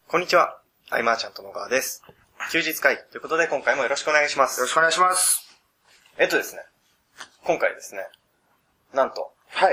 こんにちは、アイマーちゃんと野川です。休日会議ということで今回もよろしくお願いします。 よろしくお願いします。 ですね、今回ですね、なんと、 はい。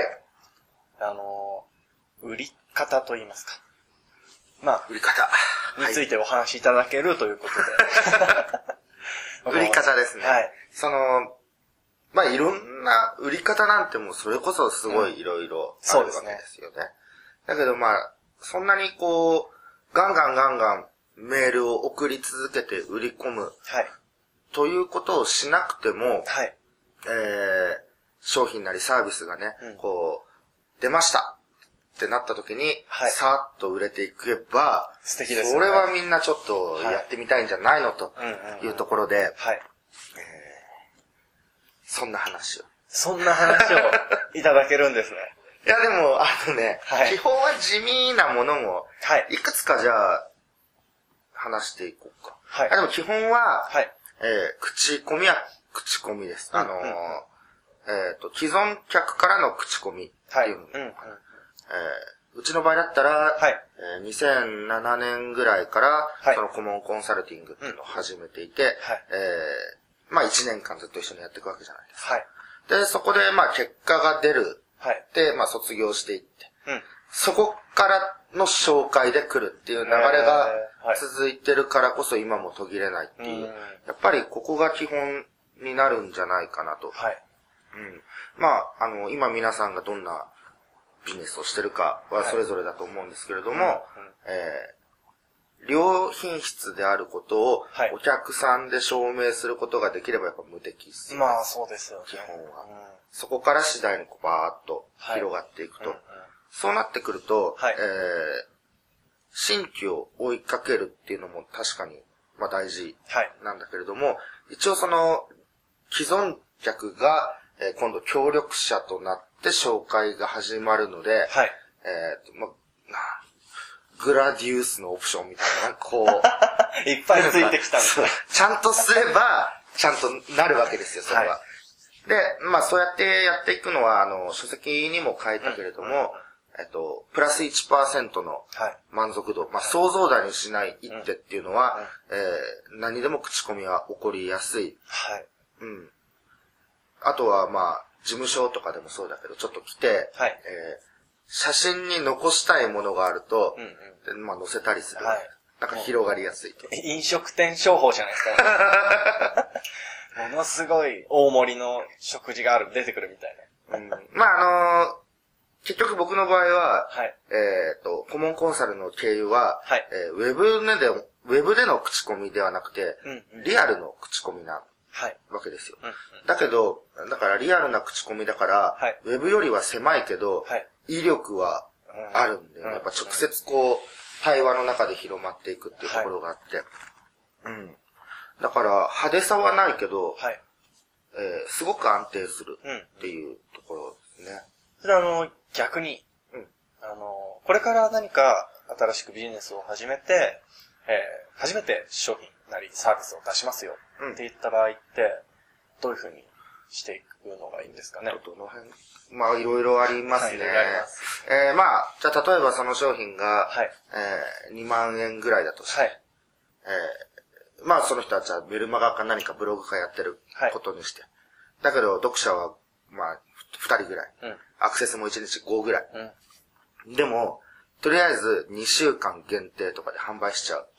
売り方と言いますか。 売り方。 についてお話しいただけるということで。 売り方ですね。 はい。 いろんな売り方なんてもうそれこそすごいいろいろあるわけですよね。だけどそんなにガンガンメールを送り続けて売り込む。 はい。 ということをしなくても、 はい。 商品なりサービスがね、出ましたってなった時に、 はい、 さーっと売れていけば、 素敵ですね。 それはみんなちょっとやってみたいんじゃないのというところで、 はい。 そんな話をいただけるんですね。 いやでも、はい、基本は地味なものも、いくつかじゃあ、話していこうか。はい。でも基本は、はい。口コミは口コミです。既存客からの口コミっていうの。うちの場合だったら、はい。2007年ぐらいから、はい。そのコモンコンサルティングっていうのを始めていて、はい。1年間ずっと一緒にやっていくわけじゃないですか。はい。で、そこで結果が出る。はい。で、卒業していって、そこからの紹介で来るっていう流れが続いてるからこそ今も途切れないっていう、やっぱりここが基本になるんじゃないかなと。はい。今皆さんがどんなビジネスをしてるかはそれぞれだと思うんですけれども、良品質であることをお客さんで証明することができればやっぱ無敵ですよね。 そうですよね。 基本は。そこから次第にバーッと広がっていくと。そうなってくると、新規を追いかけるっていうのも確かに大事なんだけれども、一応その既存客が今度協力者となって紹介が始まるので、グラディウスのオプションみたいな、 いっぱいついてきたんですちゃんとすれば、ちゃんとなるわけですよ、それは。で、そうやってやっていくのは、書籍にも書いたけれども、プラス 1% の満足度、想像だにしない一手っていうのは、何にでも口コミは起こりやすい。はい。あとは事務所とかでもそうだけど、ちょっと来て、写真に残したいものがあると、載せたりする。なんか広がりやすいと。 飲食店商法じゃないですか。ものすごい大盛りの食事が出てくるみたいな。結局僕の場合は、コモンコンサルの経由は、ウェブでの口コミではなくて、リアルの口コミなわけですよ。だからリアルな口コミだから、ウェブよりは狭いけど、威力はあるんで、やっぱ直接対話の中で広まっていくっていうところがあって、だから派手さはないけど、すごく安定するっていうところですね。 それ逆に、これから何か新しくビジネスを始めて、初めて商品なりサービスを出しますよって言った場合って、どういうふうにしていくのがいいんですかね。 どの辺いろいろありますね。じゃあ例えばその商品が、2万円ぐらいだとして、その人はじゃあメルマガか何かブログかやってることにして、だけど読者は2人ぐらい、アクセスも1日5ぐらい、でもとりあえず2週間限定とかで販売しちゃう。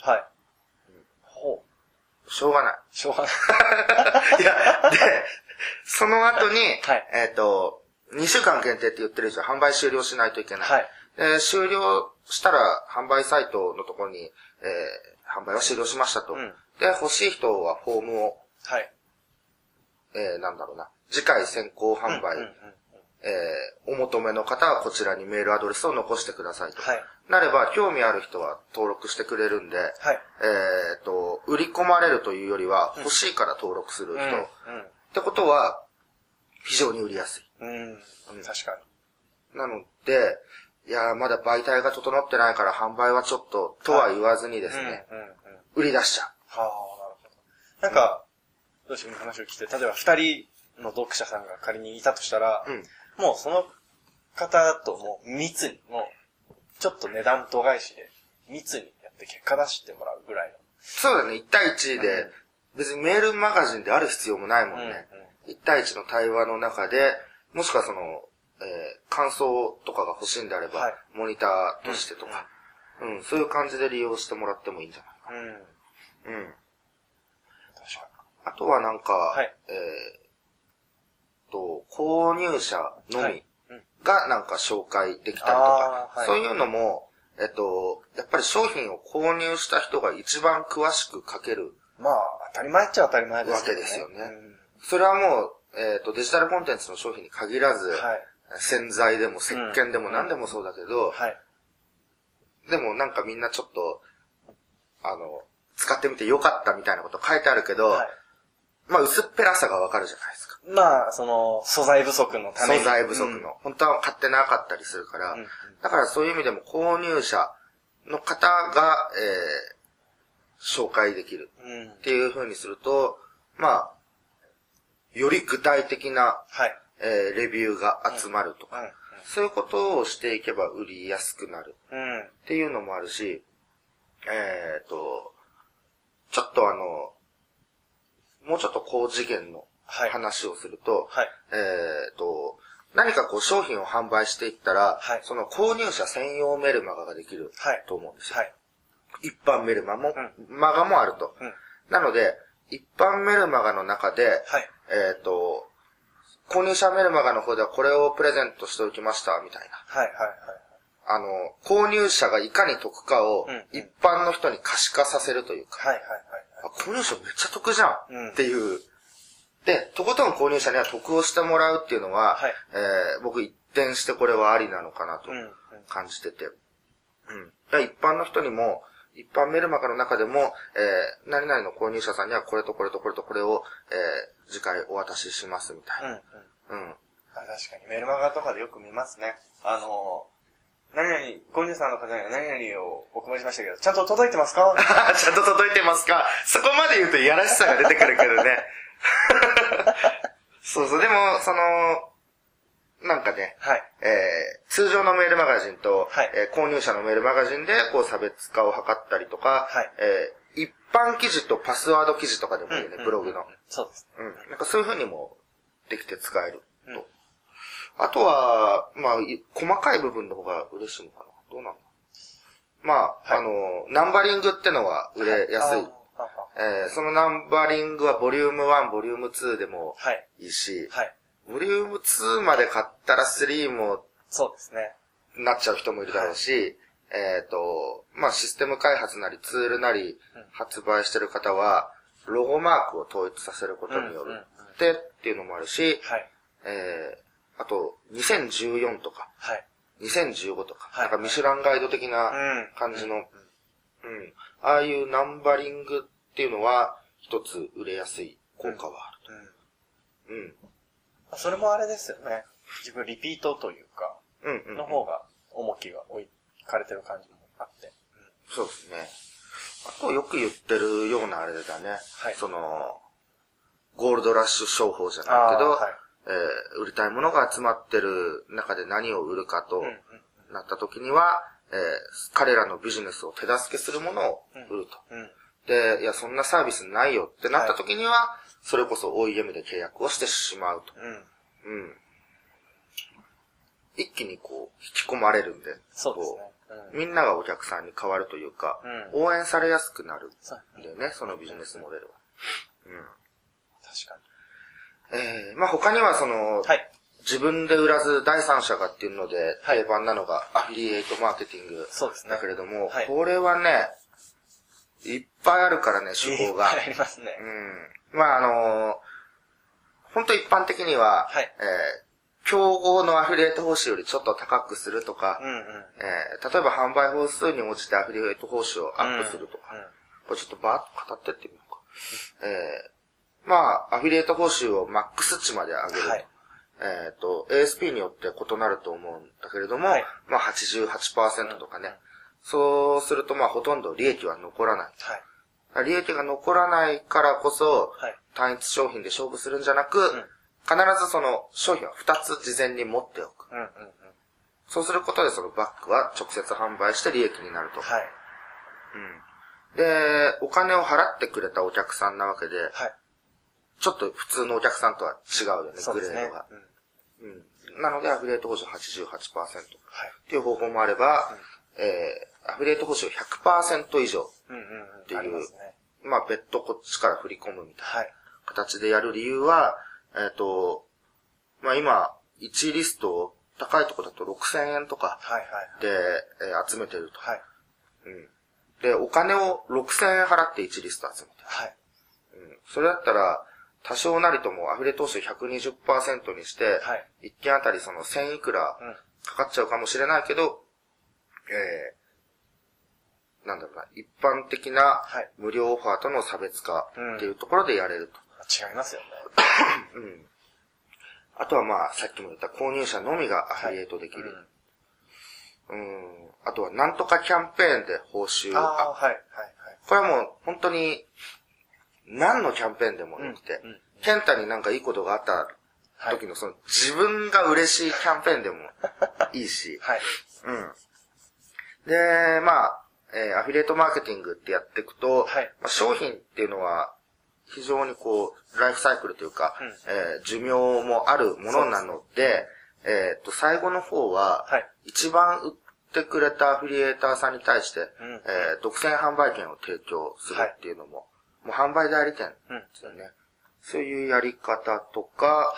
しょうがない。いや、で、その後に、2週間限定って言ってる以上販売終了しないといけない。終了したら販売サイトのところに、販売は終了しましたと。で、欲しい人はフォームを、次回先行販売、お求めの方はこちらにメールアドレスを残してくださいと。なれば、興味ある人は登録してくれるんで、売り込まれるというよりは、欲しいから登録する人。ってことは、非常に売りやすい。 確かに。なので、いや、まだ媒体が整ってないから販売はちょっと、とは言わずにですね、売り出しちゃう。 なるほど。なんか、どうしても話を聞いて、例えば2人の読者さんが仮にいたとしたら、もうその方ともう密に、もうちょっと値段度外視で密にやっって結果出してもらうぐらいの。 そうだね、1対1で、別にメールマガジンである必要もないもんね。1対1の対話の中で、もしくはその、感想とかが欲しいんであれば、モニターとしてとか、そういう感じで利用してもらってもいいんじゃないかな。確かに。あとはなんか、購入者のみがなんか紹介できたりとか、そういうのも、やっぱり商品を購入した人が一番詳しく書ける。 まあ、当たり前っちゃ当たり前ですわけですよね。それはもう、デジタルコンテンツの商品に限らず、洗剤でも石鹸でも何でもそうだけど、でもなんかみんなちょっと、使ってみてよかったみたいなこと書いてあるけど、まあ薄っぺらさがわかるじゃないですか。 まあ、その、素材不足のために。 素材不足の。本当は買ってなかったりするから、だからそういう意味でも購入者の方が、紹介できるっていう風にすると、まあ、より具体的な、レビューが集まるとか、そういうことをしていけば売りやすくなるっていうのもあるし、ちょっともうちょっと高次元の話をすると、何かこう商品を販売していったら、その購入者専用メルマガができると思うんですよ。一般メルマガもあると。なので、一般メルマガの中で、購入者メルマガの方ではこれをプレゼントしておきました、みたいな。購入者がいかに得かを一般の人に可視化させるというか、購入者めっちゃ得じゃんっていう。で、とことん購入者には得をしてもらうっていうのは、僕一転してこれはありなのかなと感じてて。一般の人にも、一般メルマガの中でも、何々の購入者さんにはこれとこれとこれとこれを、次回お渡ししますみたいな。 確かにメルマガとかでよく見ますね。何々、購入者さんの方には何々をお配りしましたけど、ちゃんと届いてますかちゃんと届いてますかそこまで言うといやらしさが出てくるけどね。そうそう、でも、なんかね、通常のメールマガジンと、購入者のメールマガジンでこう差別化を図ったりとか、一般記事とパスワード記事とかでもいいよね、ブログの。 そうです。 なんかそういう風にもできて使えると。あとは、まあ、細かい部分の方が嬉しいのかな。どうなの？まあ、ナンバリングってのは売れやすい。そのナンバリングはボリューム1、ボリューム2でもいいし、ボリューム2まで買ったら3も、 そうですね。 なっちゃう人もいるだろうし、まあ、システム開発なりツールなり発売してる方は、ロゴマークを統一させることによってっていうのもあるし、あと、2014とか、2015とか、なんかミシュランガイド的な感じの、ああいうナンバリングっていうのは、一つ売れやすい効果はあると。 それもあれですよね。自分リピートというか、の方が重きが置かれてる感じもあって。 そうですね。あとよく言ってるようなあれだね。ゴールドラッシュ商法じゃないけど、売りたいものが集まってる中で何を売るかとなった時には、彼らのビジネスを手助けするものを売ると。で、いや、そんなサービスないよってなった時には、それこそ OEM で契約をしてしまうと。一気にこう、引き込まれるんで、 そうですね。 みんながお客さんに変わるというか、応援されやすくなるんだよね、そのビジネスモデルは。 確かに。 まあ他には自分で売らず第三者がっていうので定番なのがアフィリエイトマーケティングだけれども、これはね、いっぱいあるからね、手法が。 いっぱいありますね。 まあ本当一般的には、競合のアフィリエイト報酬よりちょっと高くするとか、例えば販売本数に応じてアフィリエイト報酬をアップするとか、これちょっとバーッと語ってってみようか。まあ、アフィリエイト報酬をマックス値まで上げると。ASP によって異なると思うんだけれども、まあ 88% とかね。そうするとまあほとんど利益は残らない。利益が残らないからこそ、単一商品で勝負するんじゃなく、必ずその商品は2つ事前に持っておく。そうすることでそのバッグは直接販売して利益になると。 で、お金を払ってくれたお客さんなわけで、ちょっと普通のお客さんとは違うよね、グレードが。なので、アフィリエイト報酬 88% っていう方法もあれば、アフィリエイト報酬 100% 以上っていう、まあ、別途こっちから振り込むみたいな形でやる理由は、まあ今、1リストを高いとこだと6000円とかで集めてると。で、お金を6000円払って1リスト集めてる。それだったら、多少なりともアフィリエイト報酬 120% にして、1件あたりその1000いくらかかっちゃうかもしれないけど、なんだろうな、一般的な無料オファーとの差別化っていうところでやれると。 違いますよね。 あとはまあ、さっきも言った購入者のみがアフィリエイトできる。あとはなんとかキャンペーンで報酬アップ。これはもう本当に何のキャンペーンでもなくて、ケンタになんかいいことがあった時のその自分が嬉しいキャンペーンでもいいし、で、まあ、アフィリエイトマーケティングってやっていくと、まあ、商品っていうのは非常にこう、ライフサイクルというか、寿命もあるものなので、最後の方は、一番売ってくれたアフィリエイターさんに対して、独占販売権を提供するっていうのも、もう販売代理店ですよね。そういうやり方とか、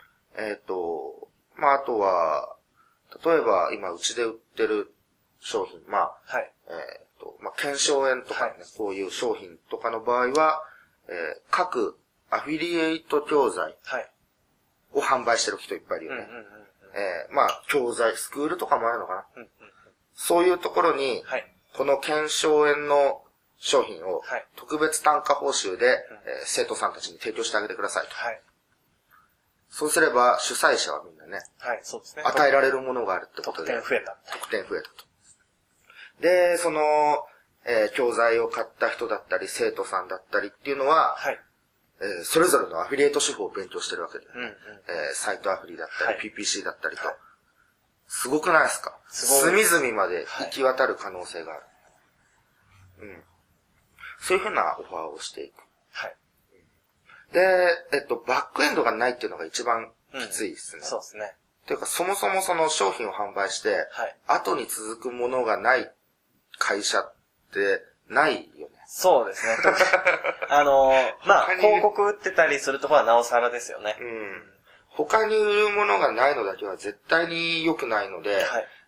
まあ、あとは、例えば今うちで売ってる商品、まあ、まあ、検証園とかね、こういう商品とかの場合は、各アフィリエイト教材を販売してる人いっぱいいるよね。まあ、教材、スクールとかもあるのかな。そういうところに、この検証園の商品を特別単価報酬で、生徒さんたちに提供してあげてくださいと。そうすれば主催者はみんなね、与えられるものがあるってことで。 得点増えたと。で、その、教材を買った人だったり、生徒さんだったりっていうのは、それぞれのアフィリエイト手法を勉強してるわけで、サイトアフリだったり、PPC だったりと。すごくないですか？隅々まで行き渡る可能性がある。そういうふうなオファーをしていく。で、バックエンドがないっていうのが一番きついですね。 そうですね。 というか、そもそもその商品を販売して、後に続くものがない会社ってないよね。 そうですね。まあ、広告売ってたりするところはなおさらですよね。 他に売るものがないのだけは絶対に良くないので、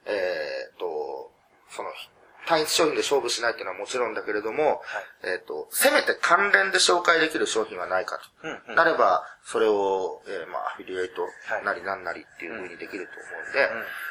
その、単一商品で勝負しないっていうのはもちろんだけれども、せめて関連で紹介できる商品はないかと。なれば、それを、まあ、アフィリエイトなりなんなりっていう風にできると思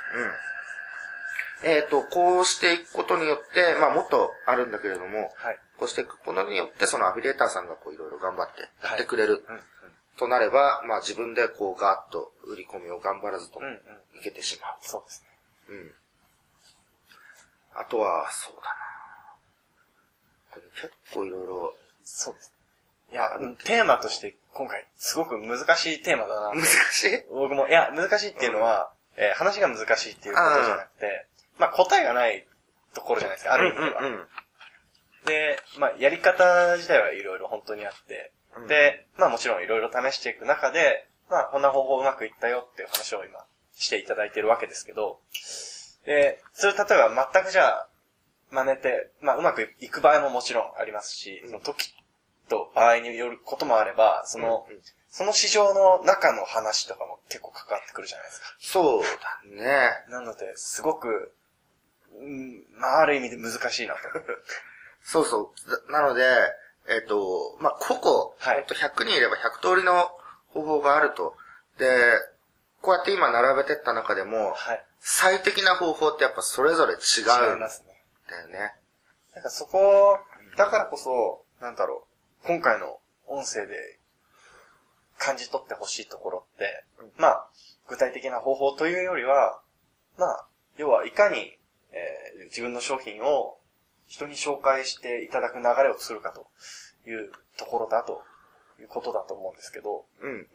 うんで、こうしていくことによって、まあ、もっとあるんだけれども、こうしていくことによって、そのアフィリエイターさんがこういろいろ頑張ってやってくれる。となれば、まあ、自分でこうガーッと売り込みを頑張らずともいけてしまう。 そうですね。 あとは、そうだな。結構いろいろ。 そうです。いや、テーマとして今回すごく難しいテーマだな。 難しい？ 僕も、いや、難しいっていうのは、話が難しいっていうことじゃなくて、まあ答えがないところじゃないですか、ある意味では。で、まあやり方自体はいろいろ本当にあって、で、まあもちろんいろいろ試していく中で、まあこんな方法うまくいったよっていう話を今していただいてるわけですけど、で、それ例えば全くじゃあ真似て、まあうまくいく場合ももちろんありますし、その時と場合によることもあれば、その市場の中の話とかも結構関わってくるじゃないですか。 そうだね。 なので、すごく、まあある意味で難しいなと。 そうそう。なので、まあ、個々、ほんと100人いれば100通りの方法があると。で、こうやって今並べてった中でも、最適な方法ってやっぱそれぞれ違うんだよね。 なんかそこ、だからこそ、なんだろう、今回の音声で感じ取ってほしいところって、まあ、具体的な方法というよりは、まあ、要はいかに、自分の商品を人に紹介していただく流れを作るかというところだということだと思うんですけど。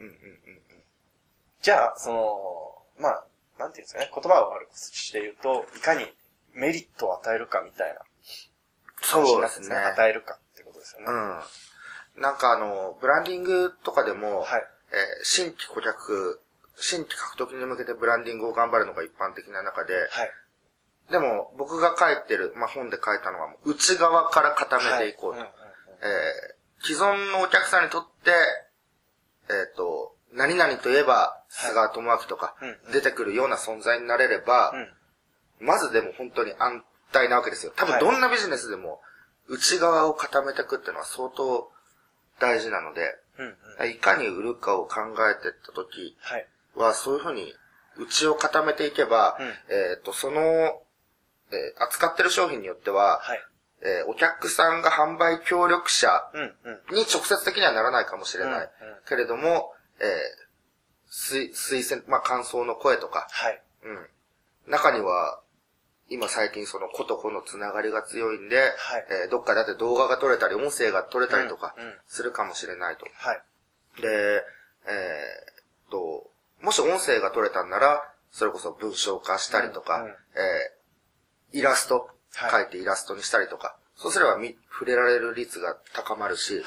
じゃあ、まあ、なんていうんですかね、言葉を悪くして言うと、いかにメリットを与えるかみたいなそうですね。 与えるかってことですよね。 うん。なんかブランディングとかでも、はい、新規獲得に向けてブランディングを頑張るのが一般的な中で、はい、でも僕が書いてる、本で書いたのは内側から固めていこうと。既存のお客さんにとって、何々といえば、菅智明とか、出てくるような存在になれれば、まずでも本当に安泰なわけですよ。多分どんなビジネスでも、内側を固めていくっていうのは相当大事なので、いかに売るかを考えていったときは、そういうふうに内を固めていけば、その、扱ってる商品によっては、お客さんが販売協力者に直接的にはならないかもしれない。けれども、推薦、感想の声とか、中には、今最近その子と子のつながりが強いんで、どっかだって動画が撮れたり、音声が撮れたりとか、するかもしれないと。で、もし音声が撮れたんなら、それこそ文章化したりとか、イラスト、書いてイラストにしたりとか、そうすれば触れられる率が高まるし、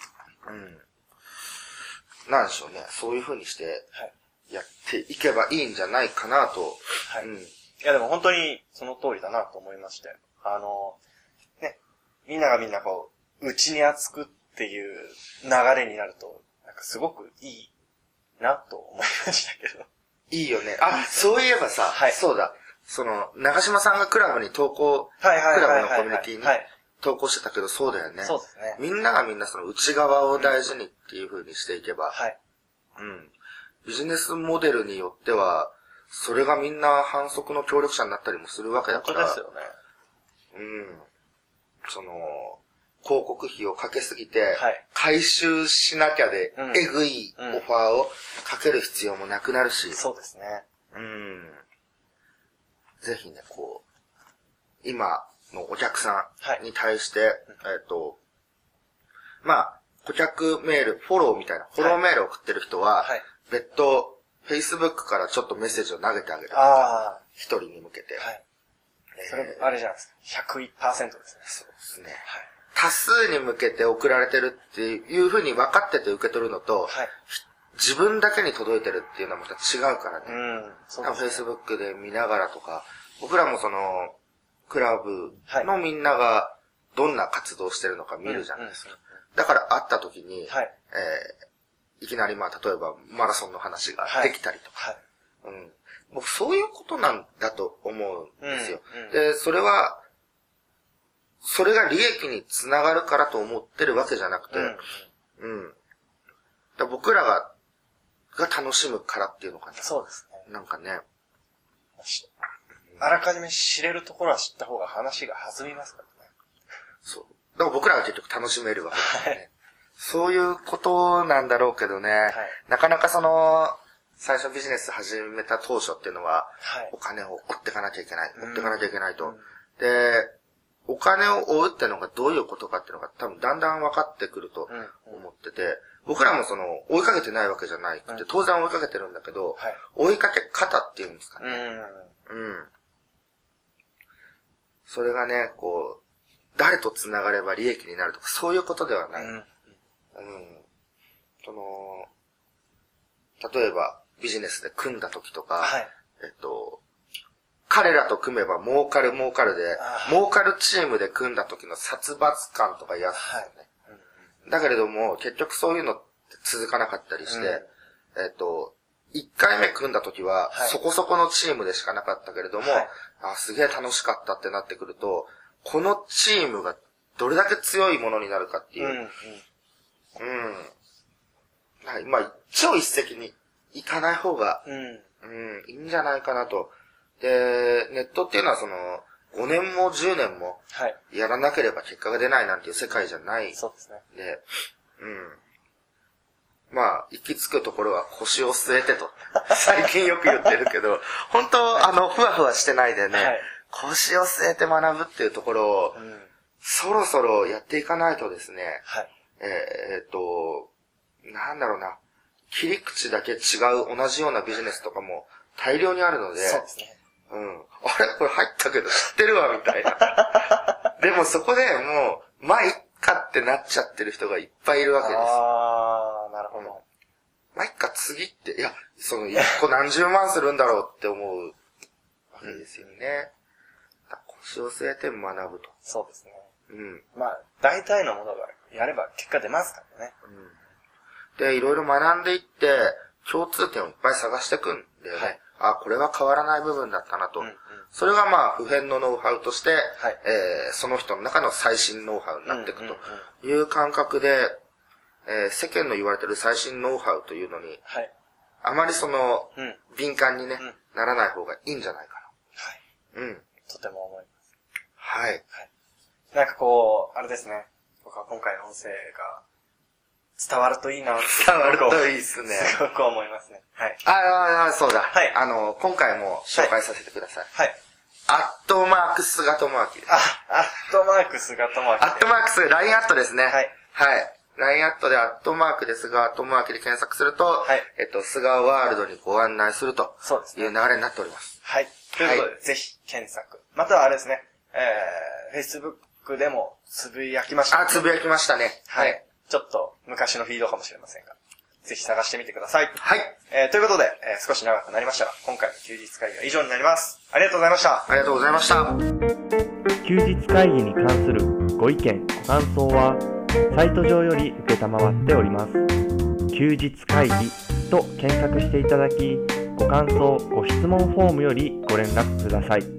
なんでしょうね、そういう風にして、やっていけばいいんじゃないかなと。 いやでも本当にその通りだなと思いまして。みんながみんな内に熱くっていう流れになると、なんかすごくいいなと思いましたけど。 いいよね。そういえばさ、そうだ。長島さんがクラブに投稿、クラブのコミュニティに投稿してたけど、そうだよね。 そうですね。 みんながみんなその内側を大事にっていう風にしていけば、ビジネスモデルによっては、それがみんな反則の協力者になったりもするわけだから。 本当ですよね。 広告費をかけすぎて、回収しなきゃで、えぐいオファーをかける必要もなくなるし。 そうですね。 ぜひね、今のお客さんに対して、顧客メール、フォローみたいな、フォローメールを送ってる人は、別途、Facebook からちょっとメッセージを投げてあげる。一人に向けて。 それ、あれじゃないですか。101% ですね。 そうですね。多数に向けて送られてるっていう風に分かってて受け取るのと、自分だけに届いてるっていうのはまた違うからね。Facebook で見ながらとか、僕らもクラブのみんながどんな活動してるのか見るじゃないですか。だから会った時に、いきなり例えばマラソンの話ができたりとか。僕そういうことなんだと思うんですよ。で、それが利益につながるからと思ってるわけじゃなくて、僕らが楽しむからっていうのかな。 そうですね。 なんかね。 あらかじめ知れるところは知った方が話が弾みますからね。 そう。だから僕らは結局楽しめるわけですよね。そういうことなんだろうけどね。なかなか最初ビジネス始めた当初っていうのは、お金を追っていかなきゃいけない。追っていかなきゃいけないと。で、お金を追うってのがどういうことかっていうのが多分だんだん分かってくると思ってて、僕らも追いかけてないわけじゃないって、当然追いかけてるんだけど、追いかけ方っていうんですかね。それがね、誰と繋がれば利益になるとか、そういうことではない。例えば、ビジネスで組んだ時とか、彼らと組めば儲かるで、儲かるチームで組んだ時の殺伐感とか嫌ですよね。だけれども、結局そういうのって続かなかったりして、1回目組んだ時は、そこそこのチームでしかなかったけれども、すげえ楽しかったってなってくると、このチームがどれだけ強いものになるかっていう。超一石に行かない方が、いいんじゃないかなと。で、ネットっていうのは5年も10年も、やらなければ結果が出ないなんていう世界じゃない。 そうですね。 で、行き着くところは腰を据えてと、最近よく言ってるけど、本当、ふわふわしてないでね、腰を据えて学ぶっていうところを、そろそろやっていかないとですね、なんだろうな、切り口だけ違う同じようなビジネスとかも大量にあるので、 そうですね。 あれこれ入ったけど知ってるわ、みたいな。 でもそこでもう、まあ、いっかってなっちゃってる人がいっぱいいるわけです。 あー、なるほど。 まあ、いっか次って、いや、その1個何十万するんだろうって思うわけですよね。腰を据えて学ぶと。 そうですね。 うん。 まあ、大体のものがやれば結果出ますからね。 うん。で、いろいろ学んでいって、共通点をいっぱい探していくんだよね。はい、あ、これは変わらない部分だったなと。それがまあ、普遍のノウハウとして、はい、その人の中の最新ノウハウになっていくという感覚で、世間の言われている最新ノウハウというのに、はい、あまりその、敏感にね、ならない方がいいんじゃないかな。はい。うん。 とても思います。 はい。はい。 なんかこう、あれですね。僕は今回の音声が伝わるといいなって。 伝わるといいですね。 すごく思いますね。はい。 そうだ。はい。今回も紹介させてください。はい。アットマーク菅智明です。 アットマーク菅智明。 アットマークLINE アットですね。はい。はい。LINE アットでアットマークで菅智明で検索すると、はい。菅ワールドにご案内するという流れになっております。 はい。ということで、ぜひ検索。またはあれですね、Facebook でもつぶやきました、 ね。つぶやきましたね。 はい。ちょっと昔のフィードかもしれませんが、ぜひ探してみてください。 はい。 ということで、少し長くなりましたが、今回の休日会議は以上になります。ありがとうございました。 ありがとうございました。 休日会議に関するご意見、ご感想は、サイト上より受けたまわっております。休日会議と検索していただき、ご感想、ご質問フォームよりご連絡ください。